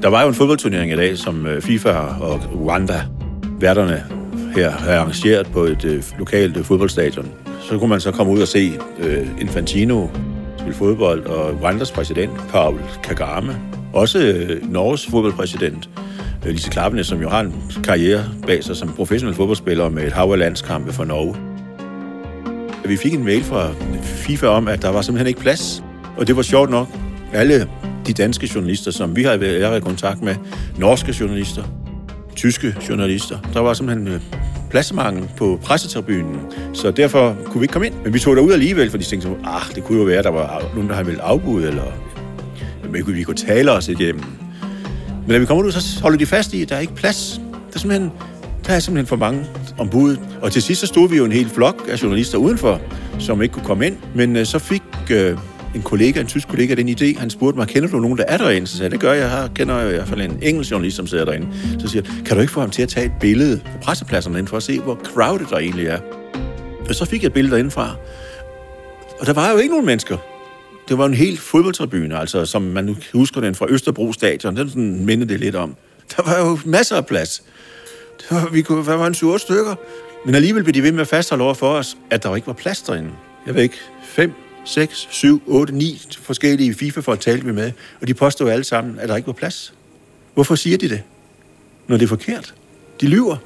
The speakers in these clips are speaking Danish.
Der var jo en fodboldturnering i dag, som FIFA og Rwanda, værterne her, havde arrangeret på et lokalt fodboldstadion. Så kunne man så komme ud og se Infantino spille fodbold, og Rwandas præsident, Paul Kagame. Også Norges fodboldpræsident, Lise Klaveness, som jo har en karriere bag sig som professionel fodboldspiller med et hav af landskampe for Norge. Vi fik en mail fra FIFA om, at der var simpelthen ikke plads. Og det var sjovt nok. Alle de danske journalister, som vi har været i kontakt med, norske journalister, tyske journalister, der var simpelthen pladsmangel på pressetribunen. Så derfor kunne vi ikke komme ind. Men vi tog derud alligevel, for de tænkte, det kunne jo være, at der var nogen, der havde vel afbud, eller vi kunne tale os igennem. Men da vi kommer ud, så holder de fast i, at der er ikke plads. Der er simpelthen for mange ombud. Og til sidst så stod vi jo en hel flok af journalister udenfor, som ikke kunne komme ind. Men så fik en tysk kollega, den idé. Han spurgte mig, kender du nogen, der er derinde? Så sagde jeg, det gør jeg. Jeg kender i hvert fald en engelsk journalist, som sidder derinde. Så siger jeg, kan du ikke få ham til at tage et billede på pressepladserne derinde, for at se, hvor crowded der egentlig er? Og så fik jeg et billede derindefra. Og der var jo ikke nogen mennesker. Det var en helt fodboldtribune, altså, som man husker den fra Østerbro Stadion. Den sådan mindede det lidt om. Der var jo masser af plads. Der var en 7-8 stykker. Men alligevel blev de ved med at fastholde over for os, at der ikke var plads derinde. Jeg ved ikke, 5, 6, 7, 8, 9 forskellige FIFA-folk talte vi med, og de påstod alle sammen, at der ikke var plads. Hvorfor siger de det, når det er forkert? De lyver.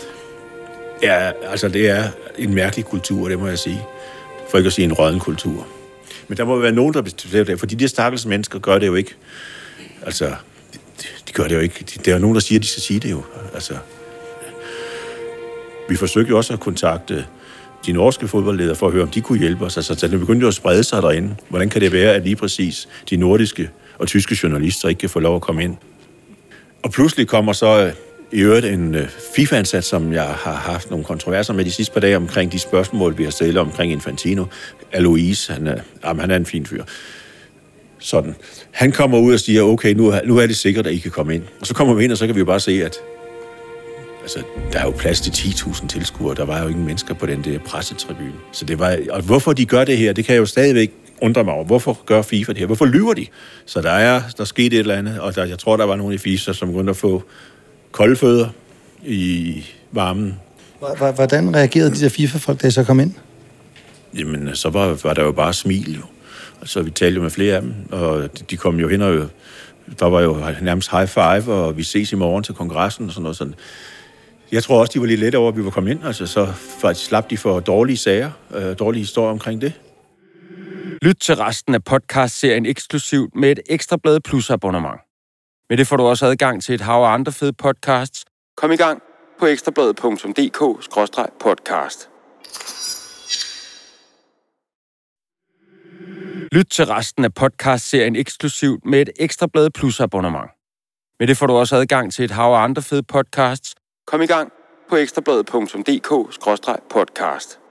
Det er en mærkelig kultur, det må jeg sige. For ikke at sige en rådden kultur. Men der må være nogen, der bestemmer det, fordi de stakkels mennesker gør det jo ikke. De gør det jo ikke. Der er nogen, der siger, at de skal sige det jo. Vi forsøgte jo også at kontakte de norske fodboldledere for at høre, om de kunne hjælpe os. Så det begyndte jo at sprede sig derinde. Hvordan kan det være, at lige præcis de nordiske og tyske journalister ikke kan få lov at komme ind? Og pludselig kommer så i øvrigt en FIFA-ansat, som jeg har haft nogle kontroverser med de sidste par dage omkring de spørgsmål, vi har stillet omkring Infantino. Alois, han er en fin fyr. Sådan. Han kommer ud og siger, okay, nu er det sikkert, at I kan komme ind. Og så kommer vi ind, og så kan vi jo bare se, at der er jo plads til 10.000 tilskuere. Der var jo ingen mennesker på den der pressetribune. Så det var, og hvorfor de gør det her, det kan jeg jo stadigvæk undre mig over. Hvorfor gør FIFA det her? Hvorfor lyver de? Så der skete et eller andet, og jeg tror, der var nogen i FIFA, som begyndte at få kolde fødder i varmen. Hvordan reagerede de der FIFA-folk, da I så kom ind? Jamen, så var der jo bare smil, jo. Så vi talte med flere af dem, og de kom jo hen og der var jo nærmest high five, og vi ses i morgen til kongressen og sådan noget sådan. Jeg tror også, de var lidt lette over, at vi var kommet ind, så faktisk slap de for dårlige sager, dårlige historier omkring det. Lyt til resten af podcast-serien eksklusivt med et Ekstrabladet Plus abonnement. Med det får du også adgang til et hav af andre fede podcasts. Kom i gang på ekstrabladet.dk/podcast. Lyt til resten af podcast-serien eksklusivt med et Ekstrabladet Plus abonnement. Med det får du også adgang til et hav af andre fede podcasts. Kom i gang på ekstrabladet.dk/podcast.